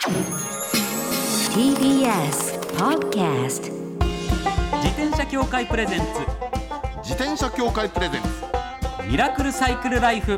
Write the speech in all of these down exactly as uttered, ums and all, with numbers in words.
ティービーエス Podcast 自転車協会プレゼンツ自転車協会プレゼンツミラクルサイクルライフ。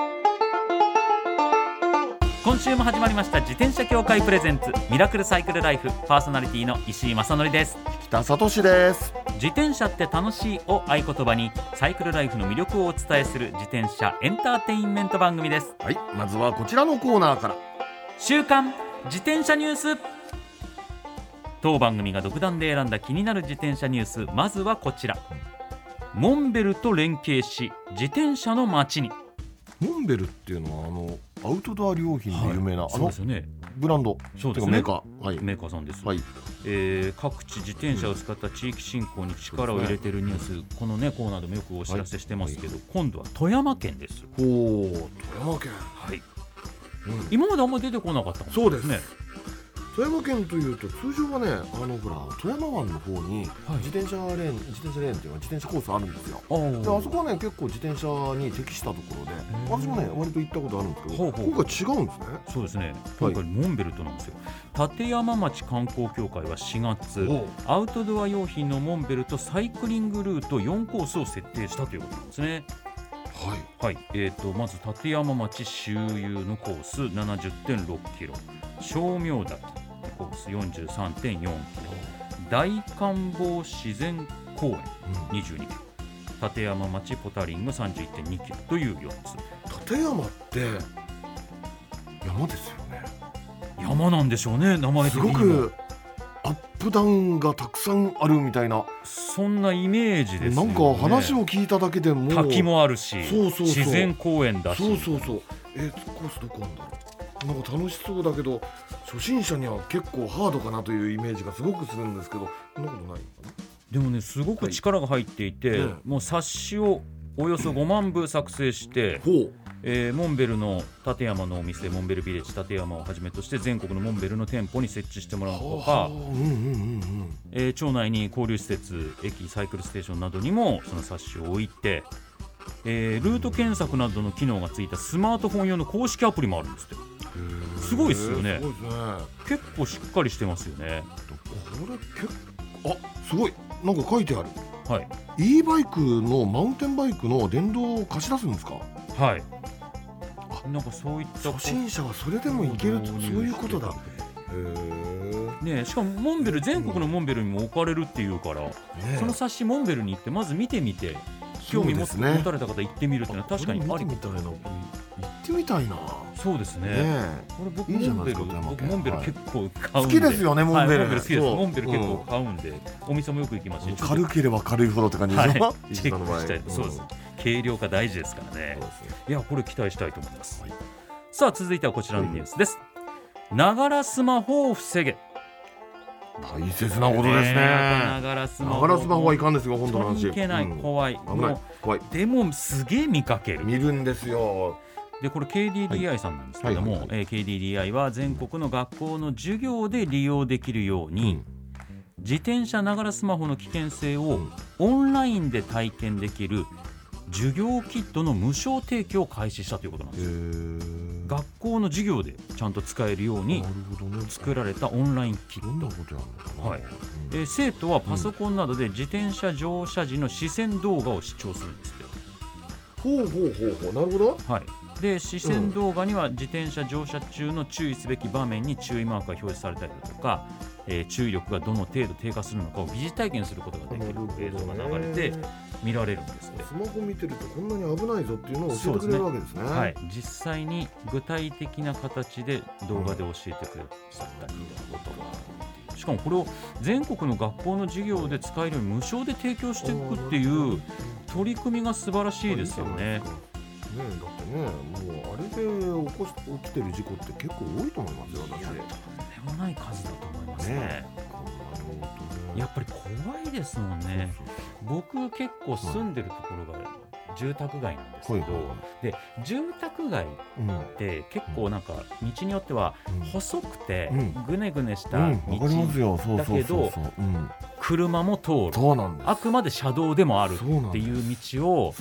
今週も始まりました自転車協会プレゼンツミラクルサイクルライフ。パーソナリティの石井正則です。 北里志です。 自転車って楽しいを合言葉にサイクルライフの魅力をお伝えする自転車エンターテインメント番組です。 はい、まずはこちらのコーナーから。 週刊自転車ニュース。当番組が独断で選んだ気になる自転車ニュース、まずはこちら。モンベルと連携し自転車の街に。 モンベルっていうのはあのアウトドア良品で有名な、 はい、 あのそうですよね、 ブランド、 そうですね、 メーカー、はい、 メーカーさんです、 はい。 えー、各地自転車を使った地域振興に力を入れているニュース、ね、この、ね、コーナーでもよくお知らせしてますけど、はい、今度は富山県です。 ほう、富山県、 はい、うん、 今まであんまり出てこなかったもんね。 そうですね。富山県というと通常はね、あのほら富山湾の方に自転車レーン、はい、自転車レーンっていうのは自転車コースあるんですよ。であそこはね結構自転車に適したところで、私もね割と行ったことあるんですけど、ほうほう、今回違うんですね。そうですね、今回モンベルトなんですよ。立山町観光協会はしがつ、アウトドア用品のモンベルトサイクリングルートよんコースを設定したということなんですね。はいはい、えー、とまず立山町周遊のコース ななじゅってんろくキロ、称名滝コース よんじゅうさんてんよんキロ、大観望自然公園 にじゅうにキロ、うん、立山町ポタリング さんじゅういってんにキロというよっつ。 立山って山ですよね。 山なんでしょうね、名前的にも。 すごくアップダウンがたくさんあるみたいな、 そんなイメージですよね。 なんか話を聞いただけでも滝もあるし、 そうそうそう、 自然公園だし、 そうそうそう、えー、コースどこなんだろう。なんか楽しそうだけど初心者には結構ハードかなというイメージがすごくするんですけど、そんなことないかな。 でもね、すごく力が入っていて、はい、もう冊子をおよそごまんぶ作成して、うん、えー、モンベルの立山のお店、モンベルビレッジ立山をはじめとして全国のモンベルの店舗に設置してもらうとか、えー、町内に交流施設、駅、サイクルステーションなどにもその冊子を置いて、えー、ルート検索などの機能がついたスマートフォン用の公式アプリもあるんですって。すごいですよね。すごいですね。結構しっかりしてますよね。 これ結構、あ、すごい、なんか書いてある。 はい、 e バイクのマウンテンバイクの電動を貸し出すんですか。 はい、あ、なんかそういった初心者はそれでもいけると、そういうことだ。へね、しかもモンベル、全国のモンベルにも置かれるっていうから、ね、その冊子モンベルに行ってまず見てみて、興味持たれた方行ってみるっていうのは確かにあり。 見てみたいな、行ってみたいな。 そうですね。 ね、 これ僕モンベル、僕モンベル結構買うんで、 好きですよね、モンベル。 はい、モンベル好きです。モンベル結構買うんで、うん、お店もよく行きますし、 軽ければ軽いほどって感じでしょ。はい、 チェックしたい。そうです。軽量化大事ですからね。いや、これ期待したいと思います。はい、さあ続いてはこちらのニュースです。ながらスマホを防げ。 大切なことですね。 ながらスマホ、 ながらスマホはいかんですよ、本当の話。 いけない、うん、怖い、 危ない、怖い。 でもすげえ見かける、 見るんですよ。 でこれ ケーディーディーアイ さんなんですけども、はいはいはいはい、ケーディーディーアイ は全国の学校の授業で利用できるように、うん、自転車ながらスマホの危険性をオンラインで体験できる授業キットの無償提供を開始したということなんですよ。学校の授業でちゃんと使えるように作られたオンラインキット。どんなことやるのかな。はい、うん、え生徒はパソコンなどで自転車乗車時の視線動画を視聴するんですって。 ほうほうほうほう、なるほど。 はい、で視線動画には自転車乗車中の注意すべき場面に注意マークが表示されたりだとか、えー、注意力がどの程度低下するのかを疑似体験することができる映像が流れて見られるんですね。 スマホ見てるとこんなに危ないぞっていうのを教えてくれるわけですね。 はい、実際に具体的な形で動画で教えてくれたりとか、うん、しかもこれを全国の学校の授業で使えるように無償で提供していくっていう取り組みが素晴らしいですよね。 ね、だってね、もうあれで起こし起きてる事故って結構多いと思いますよ。私、 いや、とんでもない数だと思いますね。ね、やっぱり怖いですもんね。そうそうそう、僕結構住んでるところが住宅街なんですけど、はいはいはい、で住宅街って結構なんか道によっては細くてぐねぐねした道だけど車も通る、あくまで車道でもあるっていう道を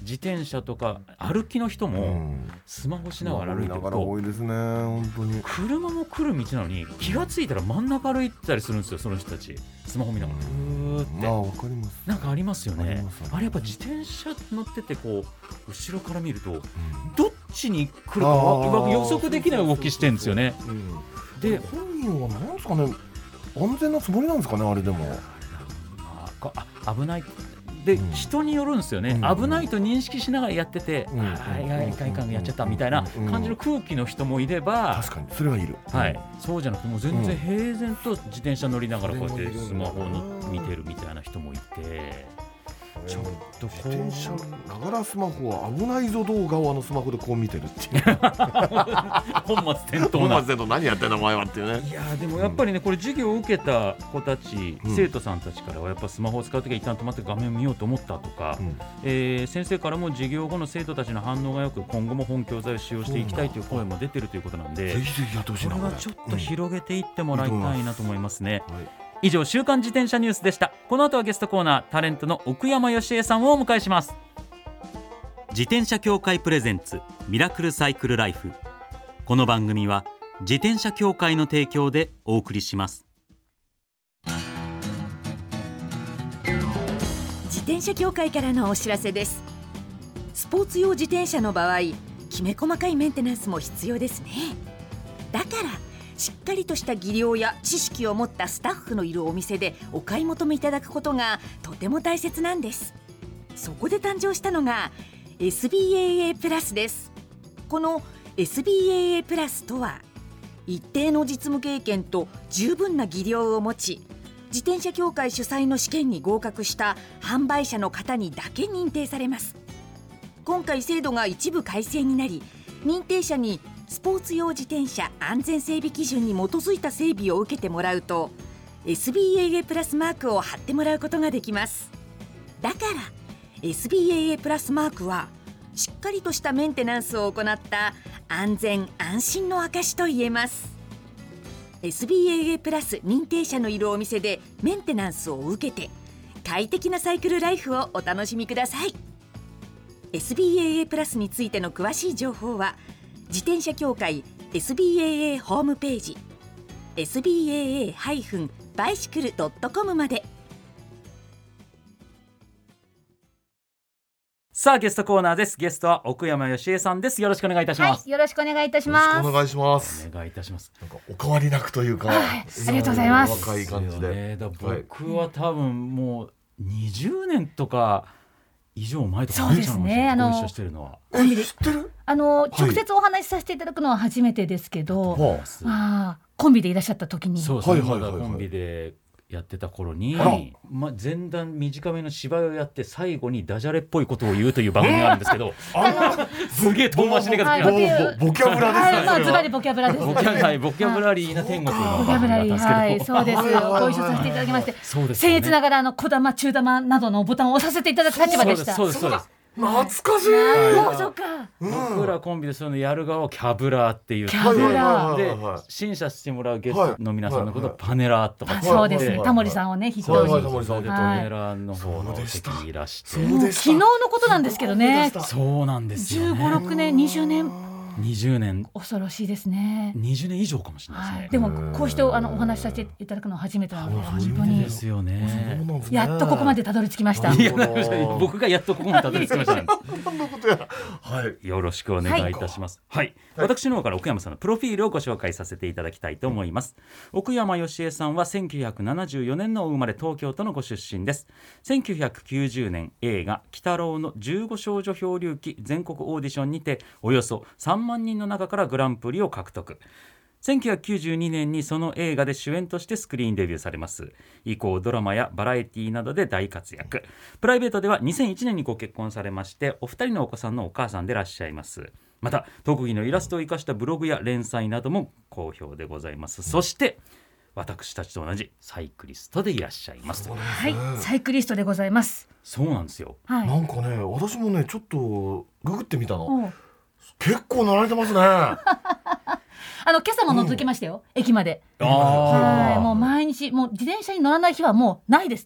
自転車とか歩きの人もスマホしながら歩いてると、 うん、多いですね本当に。 車も来る道なのに気がついたら真ん中歩いてたりするんですよ、その人たち。スマホ見ながらふーって、 あ、わかります。 なんかありますよね。 あ, あれやっぱ自転車乗っててこう後ろから見ると、うん、どっちに来るか予測できない動きしてるんですよね。 で本人はなんですかね、安全なつもりなんですかね、あれでも。 あ、危ないで、うん、人によるんですよね、うん、危ないと認識しながらやってて、うん、はいはい、いかんいかんやっちゃったみたいな感じの空気の人もいれば、 確かにそれはいる、 はい、そうじゃなくてもう全然平然と自転車乗りながらこうやってスマホを見てるみたいな人もいて、ちょっとこう自転車ながらスマホは危ないぞ動画をあのスマホでこう見てるっていう本末転倒な、 本末転倒、何やってんのお前はっていうね。 いやでもやっぱりね、これ授業を受けた子たち、うん、生徒さんたちからはやっぱスマホを使うときは一旦止まって画面を見ようと思ったとか、うん、えー、先生からも授業後の生徒たちの反応がよく今後も本教材を使用していきたいという声も出てるということなんで、 ぜひぜひやってほしいな。 これはちょっと広げていってもらいたいなと思いますね、 うん、はい。 以上、週刊自転車ニュースでした。この後はゲストコーナー、タレントの奥山義恵さんをお迎えします。自転車協会プレゼンツミラクルサイクルライフ。この番組は自転車協会の提供でお送りします。 自転車協会からのお知らせです。スポーツ用自転車の場合、きめ細かいメンテナンスも必要ですね。だからしっかりとした技量や知識を持ったスタッフのいるお店でお買い求めいただくことがとても大切なんです。そこで誕生したのが エスビーエーエー プラスです。この エスビーエーエー プラスとは、一定の実務経験と十分な技量を持ち、自転車協会主催の試験に合格した販売者の方にだけ認定されます。今回制度が一部改正になり、認定者にスポーツ用自転車安全整備基準に基づいた整備を受けてもらうと エスビーエーエー プラスマークを貼ってもらうことができます。だから エスビーエーエー プラスマークはしっかりとしたメンテナンスを行った安全安心の証と言えます。 エスビーエーエー プラス認定者のいるお店でメンテナンスを受けて快適なサイクルライフをお楽しみください。 エスビーエーエー プラスについての詳しい情報は自転車協会 エスビーエーエー ホームページ エスビーエーエー バイシクル ドットコム まで。 さあゲストコーナーです。ゲストは奥山義恵さんです。よろしくお願いいたします。 はい、よろしくお願いいたします。 よろしくお願いします。 お願いいたします。 なんかお変わりなくというか、はい、 ありがとうございます。 若い感じで、 ね、だ僕は多分もうにじゅうねんとか以上前とかそうですね。あのご一緒してるのはえ知ってる？ あの直接お話しさせていただくのは初めてですけど、はい、あコンビでいらっしゃった時に、 そうそう、まだコンビでやってた頃に、ま、前段短めの芝居をやって最後にダジャレっぽいことを言うという番組があるんですけどすげえ遠回しにがボキャブラですね。 まあズバリボキャブラですボキャ、はい、ボキャブラリーな天国のボキャブラリー、はい、そうです。ご一緒させていただきまして、そうです、ね、僭越ながらあの小玉中玉などのボタンを押させていただく立場でした。 そうですそうです。 懐かしい。 もうそうか。 僕らコンビでそういうのやる側をキャブラーっていうキャブラーで審査してもらうゲストの皆さんのことをパネラーとか、 そうですね。タモリさんをね筆頭に、 パネラーの方の席にいらして、 昨日のことなんですけどね。 そうなんですよね。 じゅうご、ろくねん、にじゅうねんにじゅうねん恐ろしいですね。 にじゅうねん以上かもしれないですね、はい、 でもこうしてあのお話しさせていただくのは初めてなので、 初めてですよね。 やっとここまでたどり着きました。 いや僕がやっとここまでたどり着きました、ねはい、よろしくお願いいたします、はいはい、私の方から奥山さんのプロフィールをご紹介させていただきたいと思います、うん、奥山義恵さんはせんきゅうひゃくななじゅうよねんのお生まれ、東京都のご出身です。せんきゅうひゃくきゅうじゅうねん映画鬼太郎のじゅうご少女漂流記全国オーディションにておよそさんまんにんの中からグランプリを獲得。せんきゅうひゃくきゅうじゅうにねんにその映画で主演としてスクリーンデビューされます。以降ドラマやバラエティなどで大活躍。プライベートではにせんいちねんにご結婚されまして、お二人のお子さんのお母さんでいらっしゃいます。また特技のイラストを生かしたブログや連載なども好評でございます。そして私たちと同じサイクリストでいらっしゃいます。 はい、サイクリストでございます。 そうなんですよ、 はい、 なんかね、私もねちょっとググってみたの。結構乗られてますねあの今朝も乗ってきましたよ、うん、駅まで。 あはい、もう毎日もう自転車に乗らない日はもうないですね。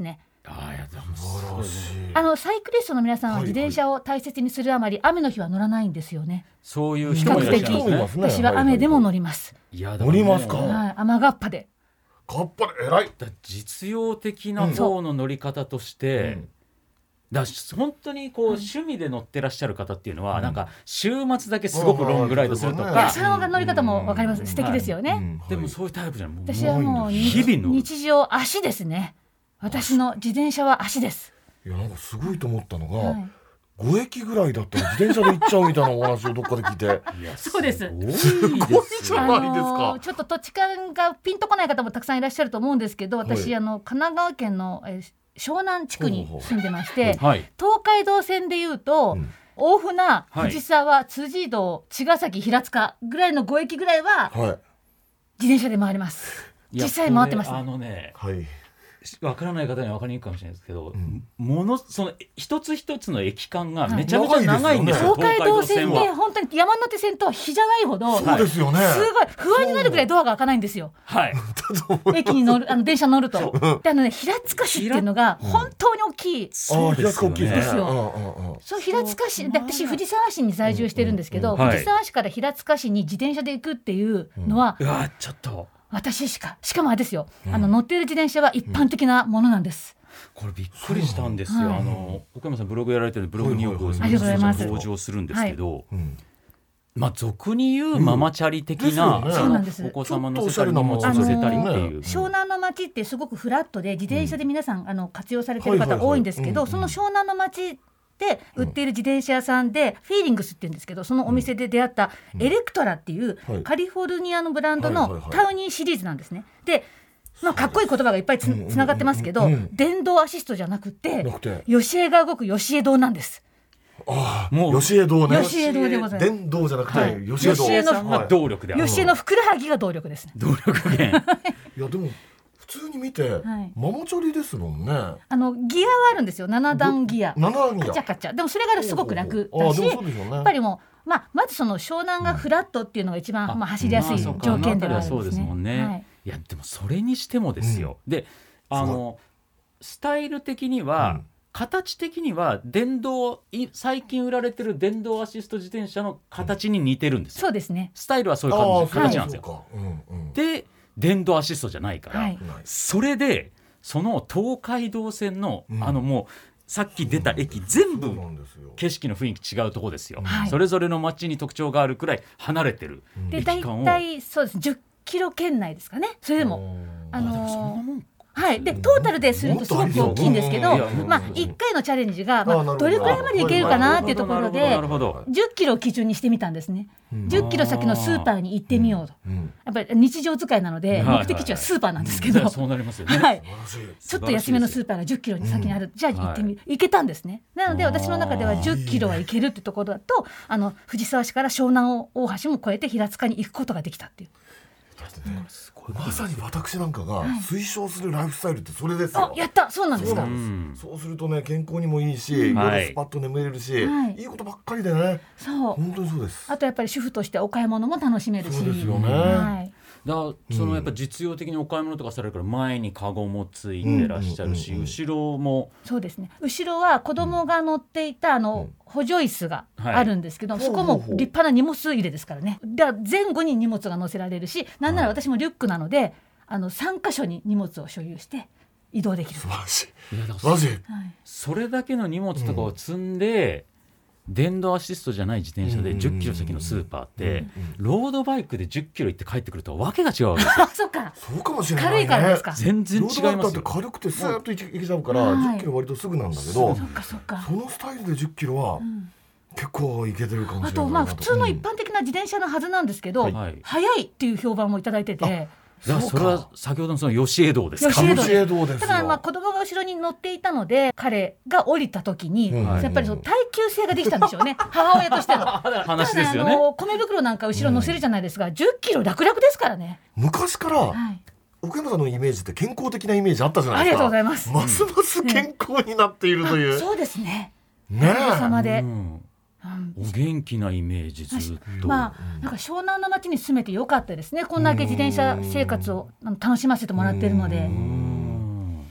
あいやでも素晴らしい。 あのサイクリストの皆さんは自転車を大切にするあまり、雨の日は乗らないんですよね。 そういう比人もいらっしゃ較的るんですね。 私は雨でも乗ります。 いや乗りますか。 はい、雨がっぱで。 かっぱで偉い。 だ実用的な方の乗り方として、うん、だ本当にこう、うん、趣味で乗ってらっしゃる方っていうのは、うん、なんか週末だけすごくロングライドするとか、 いやその乗り方も分かります、うん、素敵ですよね、はいうん、でもそういうタイプじゃない。 私はもう日々の日常足ですね。私の自転車は足です。 いやなんかすごいと思ったのが、はい、ご駅ぐらいだったら自転車で行っちゃうみたいなお話をどっかで聞いていやそうです。すごいじゃないですか。 あのー、ちょっと土地勘がピンとこない方もたくさんいらっしゃると思うんですけど、私、はい、あの神奈川県の、えー、湘南地区に住んでまして、はい、東海道線でいうと、うん、大船、藤沢、辻堂、茅ヶ崎、平塚ぐらいのご駅ぐらいは、はい、自転車で回ります。実際回ってます、ね、 あのね、 はい、 分からない方には分かりにくいかもしれないですけど、うん、ものその一つ一つの駅間がめちゃめちゃ長いんですよ、 はい、東海道線って本当に山手線と比じゃないほど、 そうですよね、 すごい不安になるぐらいドアが開かないんですよ、はい、駅に乗るあの電車乗るとであの、ね、平塚市っていうのが本当に大きい、うん、 そうですよね、 ですよ。そう平塚市で私藤沢市に在住してるんですけど、うんうんうん、藤沢市から平塚市に自転車で行くっていうのは、 うん、うわちょっと私しかしかもあれですよ、うん、あの乗っている自転車は一般的なものなんです、 うん、これびっくりしたんですよ、はい、あの岡山さんブログやられてるブログによく登場するんですけど、はい、まあ俗に言うママチャリ的な、うん、 そうなんです。 お子様乗せたり荷物乗せたりっていう、 湘南の街ってすごくフラットで自転車で皆さん、うん、あの活用されてる方多いんですけど、その湘南の街で売っている自転車屋さんで、うん、フィーリングスって言うんですけど、そのお店で出会ったエレクトラっていう、うん、カリフォルニアのブランドのタウニーシリーズなんですね。で、まあ、かっこいい言葉がいっぱい つ, つながってますけど、うんうんうんうん、電動アシストじゃなくて吉江が動く吉江堂なんです。 ああ、もう吉江堂ね。 吉江堂でございます。 電動じゃなくて、はい、吉江堂。 吉江さんが動力である。 吉江のふくらはぎが動力ですね。 動力源。 いやでも普通に見て、はい、ママチャリですもんね。あのギアはあるんですよ。なな段ギア。 なな段ギア。 カチャカチャ。でもそれがすごく楽だし、ね、やっぱりもう、まあ、まずその湘南がフラットっていうのが一番、うんまあ、走りやすい条件ではあるんですね。 そうですもんね。はい、いやでもそれにしてもですよ。うん、で、あのスタイル的には。うん形的には電動最近売られてる電動アシスト自転車の形に似てるんですよ。 そうですね。 スタイルはそういう感じ形なんですよ。うんうん、で電動アシストじゃないから、はい、それでその東海道線の、うん、あのもうさっき出た駅全部景色の雰囲気違うとこですよ、はい、それぞれの街に特徴があるくらい離れてる駅間を、 で大体そうですじゅっキロ圏内ですかね。それでもあのー、あでもそんなもんはい、でトータルでするとすごく大きいんですけど、まあ、いっかいのチャレンジが、まあ、どれくらいまでいけるかなっていうところでじゅっキロを基準にしてみたんですね。じゅっキロ先のスーパーに行ってみようと、やっぱり日常使いなので目的地はスーパーなんですけど、 そうなりますよね、 はい、ちょっと安めのスーパーがじゅっキロに先にある、じゃあ行ってみる、行けたんですね。なので私の中ではじゅっキロは行けるってところだと、あの藤沢市から湘南大橋も越えて平塚に行くことができたっていう。 まさに私なんかが推奨するライフスタイルってそれですよ。 あ、やった、そうなんですか。 そうなんです、うん、そうするとね健康にもいいし、うん、夜スパッと眠れるし、はい、いいことばっかりでね。 そう本当にそうです。 あとやっぱり主婦としてお買い物も楽しめるし。 そうですよね、 はい、 だそのやっぱ実用的にお買い物とかされるから前にカゴもついてらっしゃるし、うんうんうんうん、後ろもそうですね。後ろは子供が乗っていたあの、うん、補助椅子があるんですけど、はい、そこも立派な荷物入れですからね。で前後に荷物が載せられるし、なんなら私もリュックなので、はい、あのさんかしょに荷物を所有して移動できる。 素晴らしい。いやマジ、はい、 それだけの荷物とかを積んで、うん、電動アシストじゃない自転車でじゅっキロ先のスーパーって、うんうんうん、ロードバイクでじゅっキロ行って帰ってくるとわけが違うわけですよ。 そうか、 そうかもしれないね。 軽いからですか。 全然違いますよ。 ロードバイクだって軽くてスーッと行けちゃうから、はい、じゅっキロ割とすぐなんだけど、 そっかそっか、 そのスタイルでじゅっキロは、うん、結構いけてるかもしれない。 あとまあ普通の一般的な自転車のはずなんですけど、うん、速いっていう評判もいただいてて、 そ, それは先ほどのその吉江道ですか。 吉江道ですよ。 ただまあ子供が後ろに乗っていたので彼が降りた時に、うん、やっぱりその耐久性ができたんでしょうね、母親としての話ですよね。 あの米袋なんか後ろ乗せるじゃないですか、うん、じゅっキロ楽々ですからね。 昔から、はい、奥山さんのイメージって健康的なイメージあったじゃないですか。 ありがとうございます。 ますます健康になっているという、 ね、そうですね。 ねおかげさまで、 うんお元気なイメージずっと、 まあ、なんか湘南の街に住めてよかったですね。こんだけ自転車生活を楽しませてもらっているので。 うん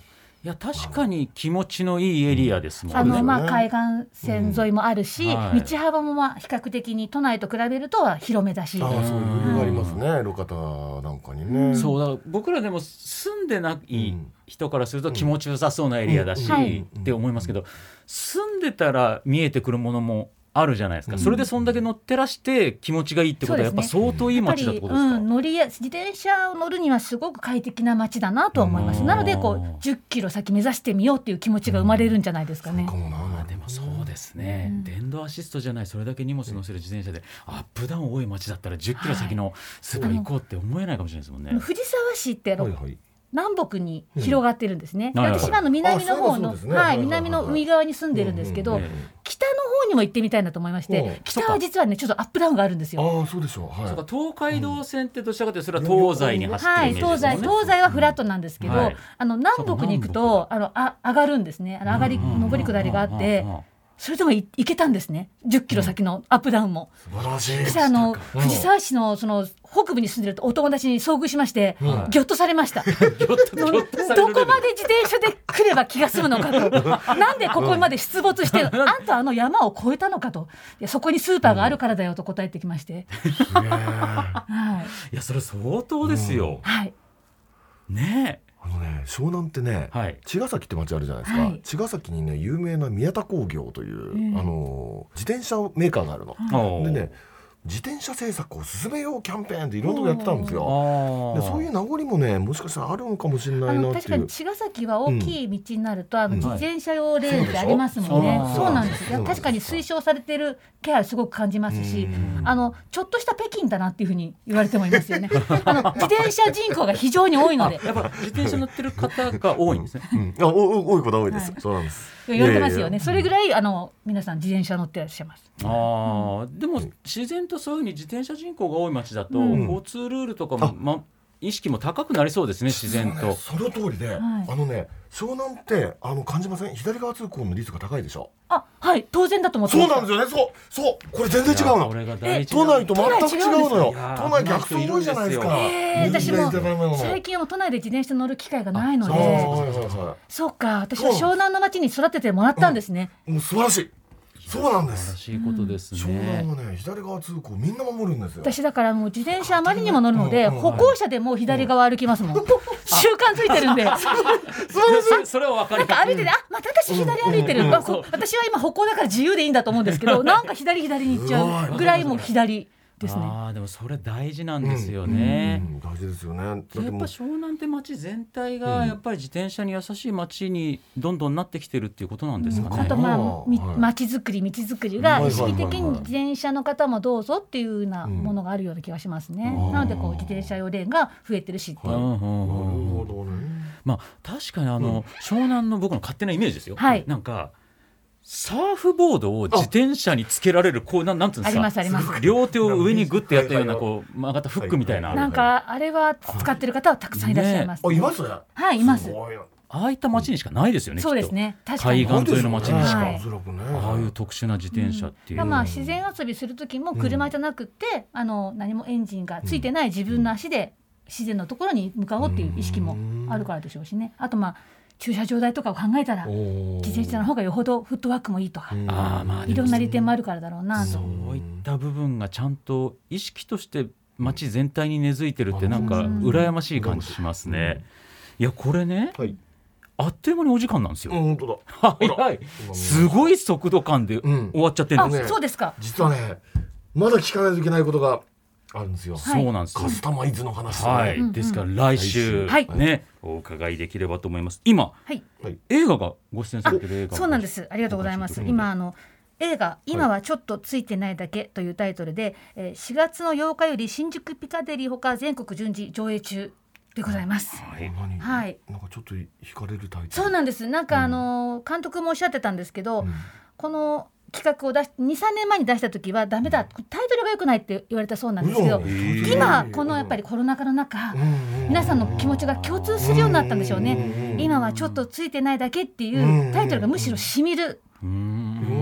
いや確かに気持ちのいいエリアですもんね。 あの、まあ、海岸線沿いもあるし、 うんはい、 道幅もまあ比較的に都内と比べるとは広めだし、 あそういう余裕がありますね、路肩なんかにね、 うん、そうだから僕らでも住んでない人からすると気持ちよさそうなエリアだし、うん、って思いますけど、住んでたら見えてくるものもあるじゃないですか、うん、それでそんだけ乗ってらして気持ちがいいってことはやっぱ相当いい街だってことですか。 うん、乗りや自転車を乗るにはすごく快適な街だなと思います。なのでこうじゅっキロ先目指してみようっていう気持ちが生まれるんじゃないですかね、うん、 そうかもな。 でもそうですね、うん、電動アシストじゃないそれだけ荷物乗せる自転車でアップダウン多い街だったらじゅっキロ先のスーパー行こうって思えないかもしれないですもんね、 はい、藤沢市ってあの、はいはい、南北に広がってるんですね、 うん、 私はあの南の方の、ねはい、南の海側に住んでるんですけど、うんうん、北の方にも行ってみたいなと思いまして、うん、北は実はねちょっとアップダウンがあるんですよ。 あそうでしょう、はい、 そうか東海道線ってどちらかというとそれは東西に走ってるイメージですもんね、 はい、東西、東西はフラットなんですけど、うんはい、あの南北に行くとあのあ上がるんですね。あの上がり、うん、上り下りがあって、うんうんそれでもい行けたんですね。じゅっキロ先のアップダウンも、 うん、素晴らしい。 そしてあの藤沢市のその北部に住んでるお友達に遭遇しまして、うん、ギョッとされましたどこまで自転車で来れば気が済むのかとなんでここまで出没してあんたあの山を越えたのかと、いやそこにスーパーがあるからだよと答えてきまして、うんはい、 いやそれ相当ですよ、うん、 はいねえあのね、湘南ってね、はい、茅ヶ崎って町あるじゃないですか、はい、茅ヶ崎にね有名な宮田工業という、うん、あの自転車メーカーがあるの、うん、でね自転車製作を進めようキャンペーンっていろんなとこやってたんですよ。でそういう名残もねもしかしたらあるのかもしれないなっていう。 確かに茅ヶ崎は大きい道になると、うん、あの自転車用レーンってありますもんね、うん、そうなんですよ。確かに推奨されてる気配すごく感じますし、あのちょっとした北京だなっていうふうに言われてもいますよねあの自転車人口が非常に多いのでやっぱ自転車乗ってる方が多いんですね、 うん、あお多いことは多いです、はい、そうなんです言われてますよね。それぐらいあの皆さん自転車乗ってらっしゃいます。 あ、うん、でも自然とそういうふうに自転車人口が多い町だと、うん、交通ルールとかも、ま、意識も高くなりそうですね自然と。 その通りで、はい、あのね湘南ってあの感じません？左側通行の率が高いでしょ。 あはい当然だと思ってました。 そうなんですよね。そうそうこれ全然違うの。都内と全く違うのよ。都内逆走多いじゃないですか。 えー、私も最近はもう都内で自転車乗る機会がないので、そうか私は湘南の町に育ててもらったんですね。 もう素晴らしい。そうなんです。 素晴らしいことですね。 湘南はね左側通行みんな守るんですよ。 私だからもう自転車あまりにも乗るので、歩行者でも左側歩きますもん。習慣ついてるんで。 そ, それは分かります。 なんか歩いてて、あまた私左歩いてる、うんうんうん、私は今歩行だから自由でいいんだと思うんですけどなんか左左に行っちゃうぐらいもう左ですね。 あでもそれ大事なんですよね、 うんうん、大事ですよね。やっぱ湘南って街全体がやっぱり自転車に優しい街にどんどんなってきてるっていうことなんですかね、 うん、あとまあ街づくり道づくりが意識的に自転車の方もどうぞっていうようなものがあるような気がしますね、うん、なのでこう自転車用レーンが増えてるしっていう、はい、なるほどね。まあ確かにあの、うん、湘南の僕の勝手なイメージですよ、 はい、 なんかサーフボードを自転車につけられるこう な, なんていうんですか、 ありますあります。 両手を上にグッてやったようなこう曲がったフックみたいな、 なんかあれは使ってる方はたくさんいらっしゃいます、 ね、あいますね。 はいいます。 ああいった街にしかないですよね、 そうですね、確かに海岸沿いの街にしか、 はい、 ああいう特殊な自転車っていう、 うん、まあ自然遊びする時も車じゃなくて、うん、あの何もエンジンがついてない自分の足で自然のところに向かおうっていう意識もあるからでしょうしね。あとまあ駐車場代とかを考えたら自転車の方がよほどフットワークもいいとか、あ、まあ、いろんな利点もあるからだろうなと。 そういった部分がちゃんと意識として街全体に根付いてるってなんか羨ましい感じしますね。いやこれね、はい、あっという間にお時間なんですよ。 うん、本当だ。 早い。すごい速度感で終わっちゃってるんですよ、 うん、あ、そうですか。 実はねまだ聞かないといけないことがあるんですよ。 そうなんですよ。 カスタマイズの話、ね、 はい、ですから来週、はい、ねお伺いできればと思います。今、はい、映画がご出演されてる映画、 そうなんです。ありがとうございます。今あの映画今はちょっとついてないだけというタイトルで、はい、しがつのようかより新宿ピカデリーほか全国順次上映中でございます。 はい、はい、なんかちょっと惹かれるタイトル。 そうなんです。なんか、うん、あの監督もおっしゃってたんですけど、うん、この企画を出し にさんねんまえに出した時はダメだ、タイトルが良くないって言われたそうなんですけど、今このやっぱりコロナ禍の中、皆さんの気持ちが共通するようになったんでしょうね。今はちょっとついてないだけっていうタイトルがむしろしみる。で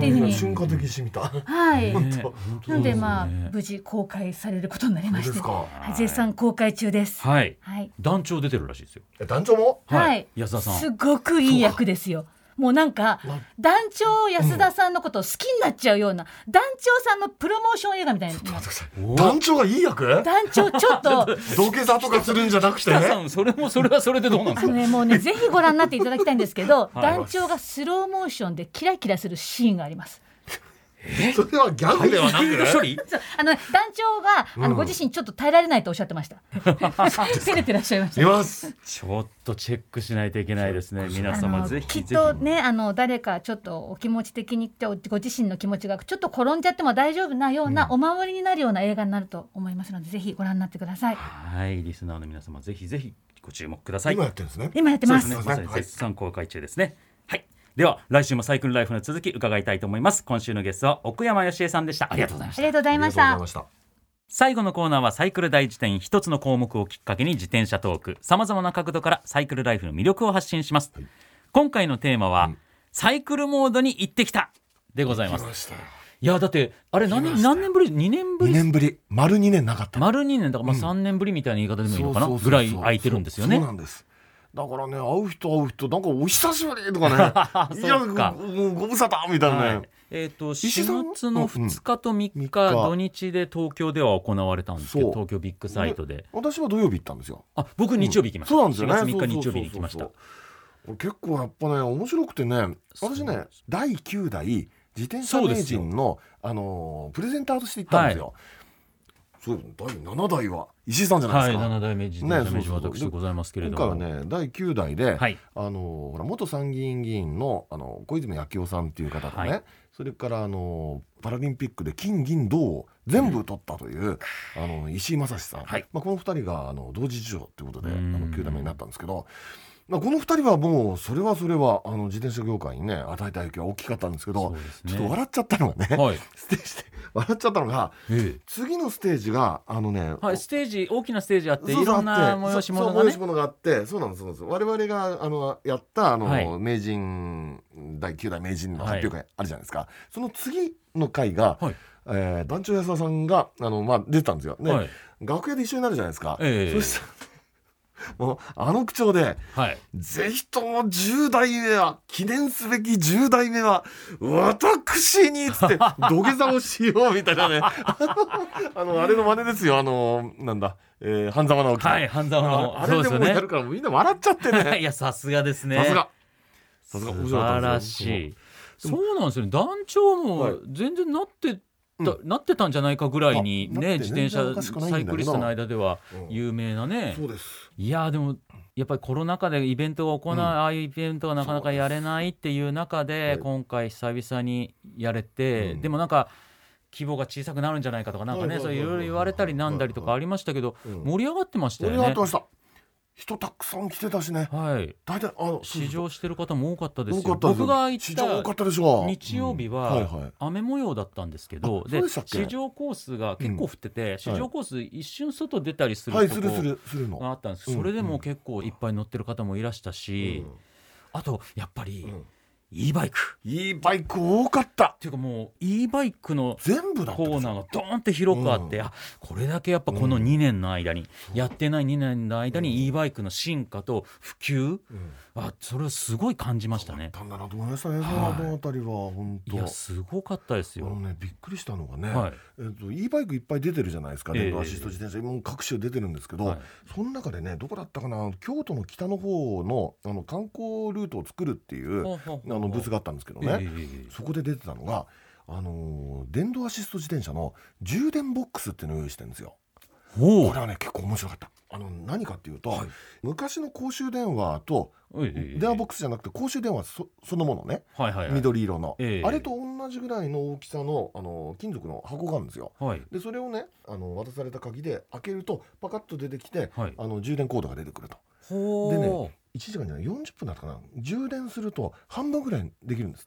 っていうふうに進化的しみたはい、 本当なのでまあ無事公開されることになりまして、 はい、絶賛公開中です。 はい、 はい、 団長出てるらしいですよ。 え団長も、 はい、 安田さんすごくいい役ですよ。もうなんか団長安田さんのことを好きになっちゃうような、うん、団長さんのプロモーション映画みたいな。 団長がいい役？ 団長ちょっと土下座とかするんじゃなくて、 さんそれもそれはそれでどうなんですか？ あの、ね、もうねぜひご覧になっていただきたいんですけど、はい、団長がスローモーションでキラキラするシーンがあります。 それはギャグではなくあの団長があの、うん、ご自身ちょっと耐えられないとおっしゃってました。照れてらっしゃいました。 いますちょっとチェックしないといけないですね。皆様ぜひぜひ。 きっとねあの誰かちょっとお気持ち的にご自身の気持ちがちょっと転んじゃっても大丈夫なような、うん、お守りになるような映画になると思いますので、ぜひご覧になってください。 はい、リスナーの皆様ぜひぜひご注目ください。 今やってるんですね。 今やってます。 そうですね、まさに絶賛公開中ですね。はい、では来週もサイクルライフの続き伺いたいと思います。今週のゲストは奥山義恵さんでした。ありがとうございました。 ありがとうございました。 最後のコーナーはサイクル大辞典、一つの項目をきっかけに自転車トーク、さまざまな角度からサイクルライフの魅力を発信します、はい、今回のテーマは、うん、サイクルモードに行ってきたでございます。いやだってあれ 何, 何年ぶりにねんぶりにねんぶり丸にねんなかった丸にねんだから、まあ、さんねんぶりみたいな言い方でもいいのかな、ぐらい空いてるんですよね。 そうなんです。だからね、会う人会う人なんかお久しぶりとかねいやもうご無沙汰みたいなね、はい、えー、としがつのふつかとみっか、うん、土日で東京では行われたんですけど、東京ビッグサイトで、ね、 私は土曜日行ったんですよ。 あ、僕日曜日行きました、 うん、そうなんですよね。 しがつみっか日曜日に行きました。 結構やっぱね面白くてね、私ねだいきゅうだい自転車名人の、あのー、プレゼンターとして行ったんですよ、はい。そうだいななだいは石井さんじゃないですか。 はい、ななだいめ自転車名人、私でございますけれども、 今回はねだいきゅうだいで、はい、あのほら元参議院議員の、あの小泉昭夫さんっていう方とね、はい、それからあのパラリンピックで金銀銅を全部取ったという、うん、あの石井正史さん、はい、まあ、このふたりがあの同時受賞ということであのきゅうだいめになったんですけど、まあ、このふたりはもうそれはそれはあの自転車業界にね与えた影響は大きかったんですけど、ね、ちょっと笑っちゃったのがね、はい、ステージで笑っちゃったのが、ええ、次のステージがあのね、 はい、ステージ大きなステージあっていろんな催し物がね、 催し物があって、そうなんです、そうなんです。我々があのやったあの、はい、名人だいきゅうだい名人の発表会あるじゃないですか、はい、その次の回が、はい、えー、団長安田さんがあの、まあ、出てたんですよ、ね、はい、楽屋で一緒になるじゃないですか、ええ、そしたらもうあの口調で、はい、ぜひともじゅうだいめは記念すべきじゅうだいめは私につって土下座をしようみたいなねあのあれの真似ですよ。あのなんだ、えー、半沢直樹、 はい、半沢のあれでもやるからみんな笑っちゃってねいやさすがですね。 さすがさすが素晴らしい。そうなんですよね。団長も全然なってうん、なってたんじゃないかぐらいにね、ね、自転車サイクリストの間では有名なね、うん、そうです。いやでもやっぱりコロナ禍でイベントが行う、うん、ああいうイベントがなかなかやれないっていう中で今回久々にやれて、うん、でもなんか規模が小さくなるんじゃないかとかなんかね、そういろいろ言われたりなんだりとかありましたけど、盛り上がってましたよね。 盛り上がってました。人たくさん来てたしね、はい、大体あの試乗してる方も多かったですよ。僕が行った日曜日は雨模様だったんですけど、うん、で試乗コースが結構降ってて、うん、試乗コース一瞬外出たりするとこがあったんですけど、それでも結構いっぱい乗ってる方もいらしたし、うん、あとやっぱり、うん、e バイク e バイク多かったっていうか、もう e バイクのコーナーがドーンって広くあって、うん、あこれだけやっぱこのにねんの間に、うん、やってないにねんの間に e バイクの進化と普及、うん、あそれをすごい感じましたね。 そうだったんだなと思いましたね、はい、そのあたりは本当。 いやすごかったですよ。 あの、ね、びっくりしたのがね、はい、えー、と e バイクいっぱい出てるじゃないですか、電動アシスト自転車、えー、もう各種出てるんですけど、はい、その中でねどこだったかな、京都の北の方 の, あの観光ルートを作るっていうあのブースがあったんですけどね、えー、そこで出てたのが、あのー、電動アシスト自転車の充電ボックスっていうのを用意してるんですよ。これはね結構面白かった。あの何かっていうと、はい、昔の公衆電話と電話ボックスじゃなくて公衆電話 そ, そのものね、はいはいはい、緑色の、えー、あれと同じぐらいの大きさ の, あの金属の箱があるんですよ、はい、でそれをねあの渡された鍵で開けるとパカッと出てきて、はい、あの充電コードが出てくると。でねいちじかんじゃないよんじゅっぷんだったかな、充電すると半分ぐらいできるんですって。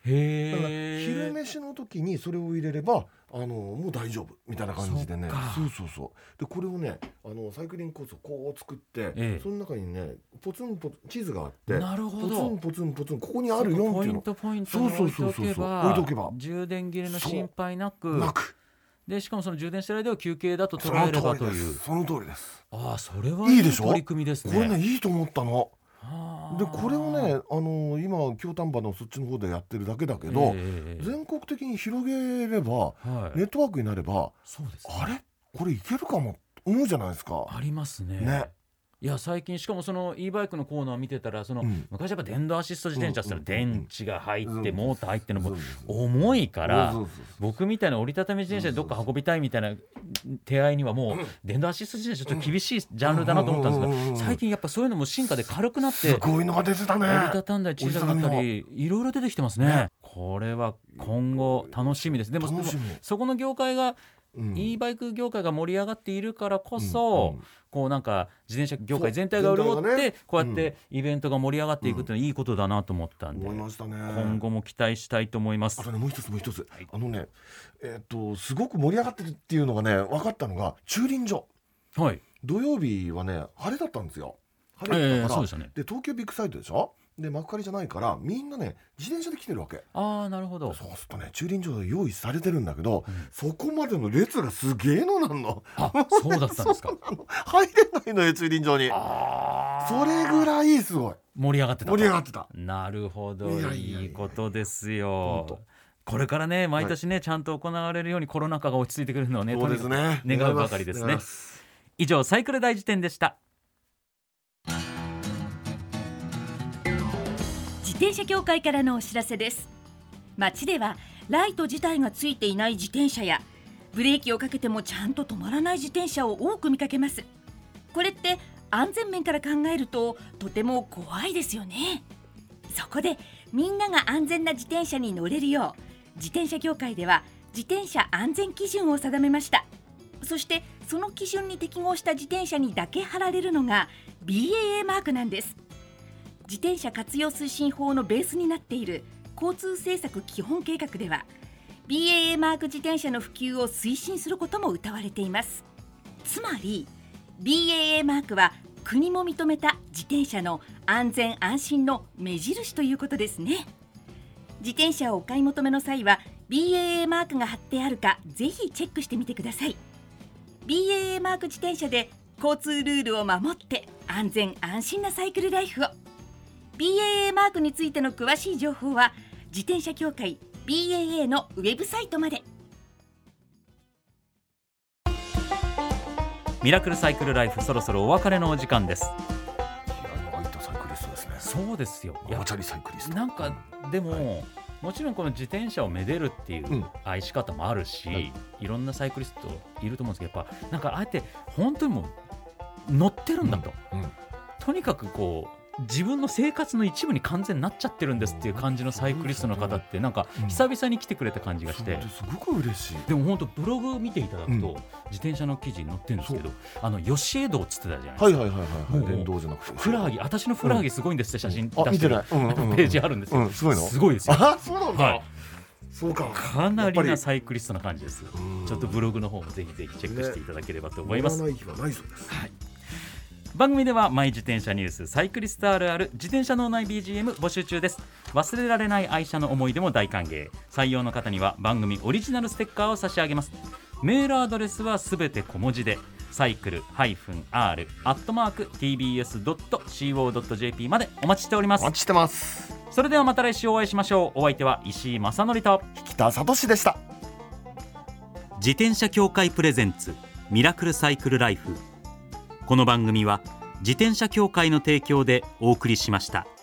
へだから昼飯の時にそれを入れればあのもう大丈夫みたいな感じでね。そうそうそうでこれをねあのサイクリングコースをこう作って、ええ、その中にねポツンポツン地図があって、 なるほど、 ポツンポツンポツンここにあるよっていうのポイントポイントに置いておけば、 置いておけば充電切れの心配なくなくでしかもその充電してる間は休憩だと捉えればという。 その通りです。 ああ、それはいい取り組みですね。 これねいいと思ったの。でこれをね、あの今京丹波のそっちの方でやってるだけだけど、えー、全国的に広げれば、はい、ネットワークになれば、 そうですね、 あれこれいけるかも思うじゃないですか。 ありますね。 ね、 いや最近しかもその e バイクのコーナー見てたらその、うん、昔やっぱ電動アシスト自転車って言ったら電池が入ってモーター入ってのも重いから僕みたいな折りたたみ自転車でどっか運びたいみたいな手合いにはもう電動アシスト自転車ちょっと厳しいジャンルだなと思ったんですが、最近やっぱそういうのも進化で軽くなってすごいのが出てたね。 折りたたんだり小さくなったりいろいろ出てきてますね。これは今後楽しみです。でもそこの業界がうん、e バイク業界が盛り上がっているからこそ、うんうん、こうなんか自転車業界全体が潤って、ね、こうやってイベントが盛り上がっていくっていうのはいいことだなと思ったんで、 思いましたね。 今後も期待したいと思います。 あとねもう一つもう一つ、はい、あのねえー、っとすごく盛り上がってるっていうのがね分かったのが駐輪場、はい、土曜日はね晴れだったんですよ。晴れだったから、えーそうでしたね、で東京ビッグサイトでしょ。で幕張じゃないからみんなね自転車で来てるわけ。 ああなるほど。 そうするとね駐輪場で用意されてるんだけど、うん、そこまでの列がすげえのなんの。 あそうだったんですか。 入れないのよ駐輪場に。あそれぐらいすごい盛り上がってた。 盛り上がってた。 なるほど、いやいやいやいいことですよ。これからね毎年ね、はい、ちゃんと行われるようにコロナ禍が落ち着いてくるのをねそうですね願うばかりですね。以上サイクル大辞典でした。 自転車協会からのお知らせです。街ではライト自体がついていない自転車やブレーキをかけてもちゃんと止まらない自転車を多く見かけます。これって安全面から考えるととても怖いですよね。そこでみんなが安全な自転車に乗れるよう自転車協会では自転車安全基準を定めました。そしてその基準に適合した自転車にだけ貼られるのが ビーエーエー マークなんです。自転車活用推進法のベースになっている交通政策基本計画では ビーエーエー マーク自転車の普及を推進することも謳われています。つまり ビーエーエー マークは国も認めた自転車の安全安心の目印ということですね。自転車をお買い求めの際は ビーエーエー マークが貼ってあるかぜひチェックしてみてください。 ビーエーエー マーク自転車で交通ルールを守って安全安心なサイクルライフを。ビーエーエー マークについての詳しい情報は自転車協会 ビーエーエー のウェブサイトまで。 ミラクルサイクルライフそろそろお別れのお時間です。 気合の入ったサイクリストですね。 そうですよ。 ママチャリサイクリストなんかでも、はい、もちろんこの自転車をめでるっていう愛し方もあるし、うんはい、いろんなサイクリストいると思うんですけどやっぱなんかあえて本当にもう乗ってるんだと、うんうん、とにかくこう自分の生活の一部に完全になっちゃってるんですっていう感じのサイクリストの方ってなんか久々に来てくれた感じがして、 うん、すごく嬉しい。 でも本当ブログ見ていただくと、うん、自転車の記事に載ってるんですけどあの吉江道っつってたじゃないですか。 はいはいはいはい、電動じゃなくてふらはぎ私のふらはぎすごいんですって写真出してる、 うん、 ページあるんですよ、 うん、すごいのすごいですよ。 あそうなんだ、はい、そうかかなりなサイクリストな感じです。ちょっとブログの方もぜひぜひチェックしていただければと思います、 ね、乗らない日はないそうです、 はい。番組ではマイ自転車ニュースサイクリストあるある自転車脳内 ビージーエム 募集中です。忘れられない愛車の思い出も大歓迎。採用の方には番組オリジナルステッカーを差し上げます。メールアドレスはすべて小文字でサイクル -r アットマーク ティービーエスドットシーオードットジェーピー までお待ちしております。 お待ちしてます。 それではまた来週お会いしましょう。お相手は石井正則と引田聡でした。 自転車協会プレゼンツミラクルサイクルライフ。この番組は自転車協会の提供でお送りしました。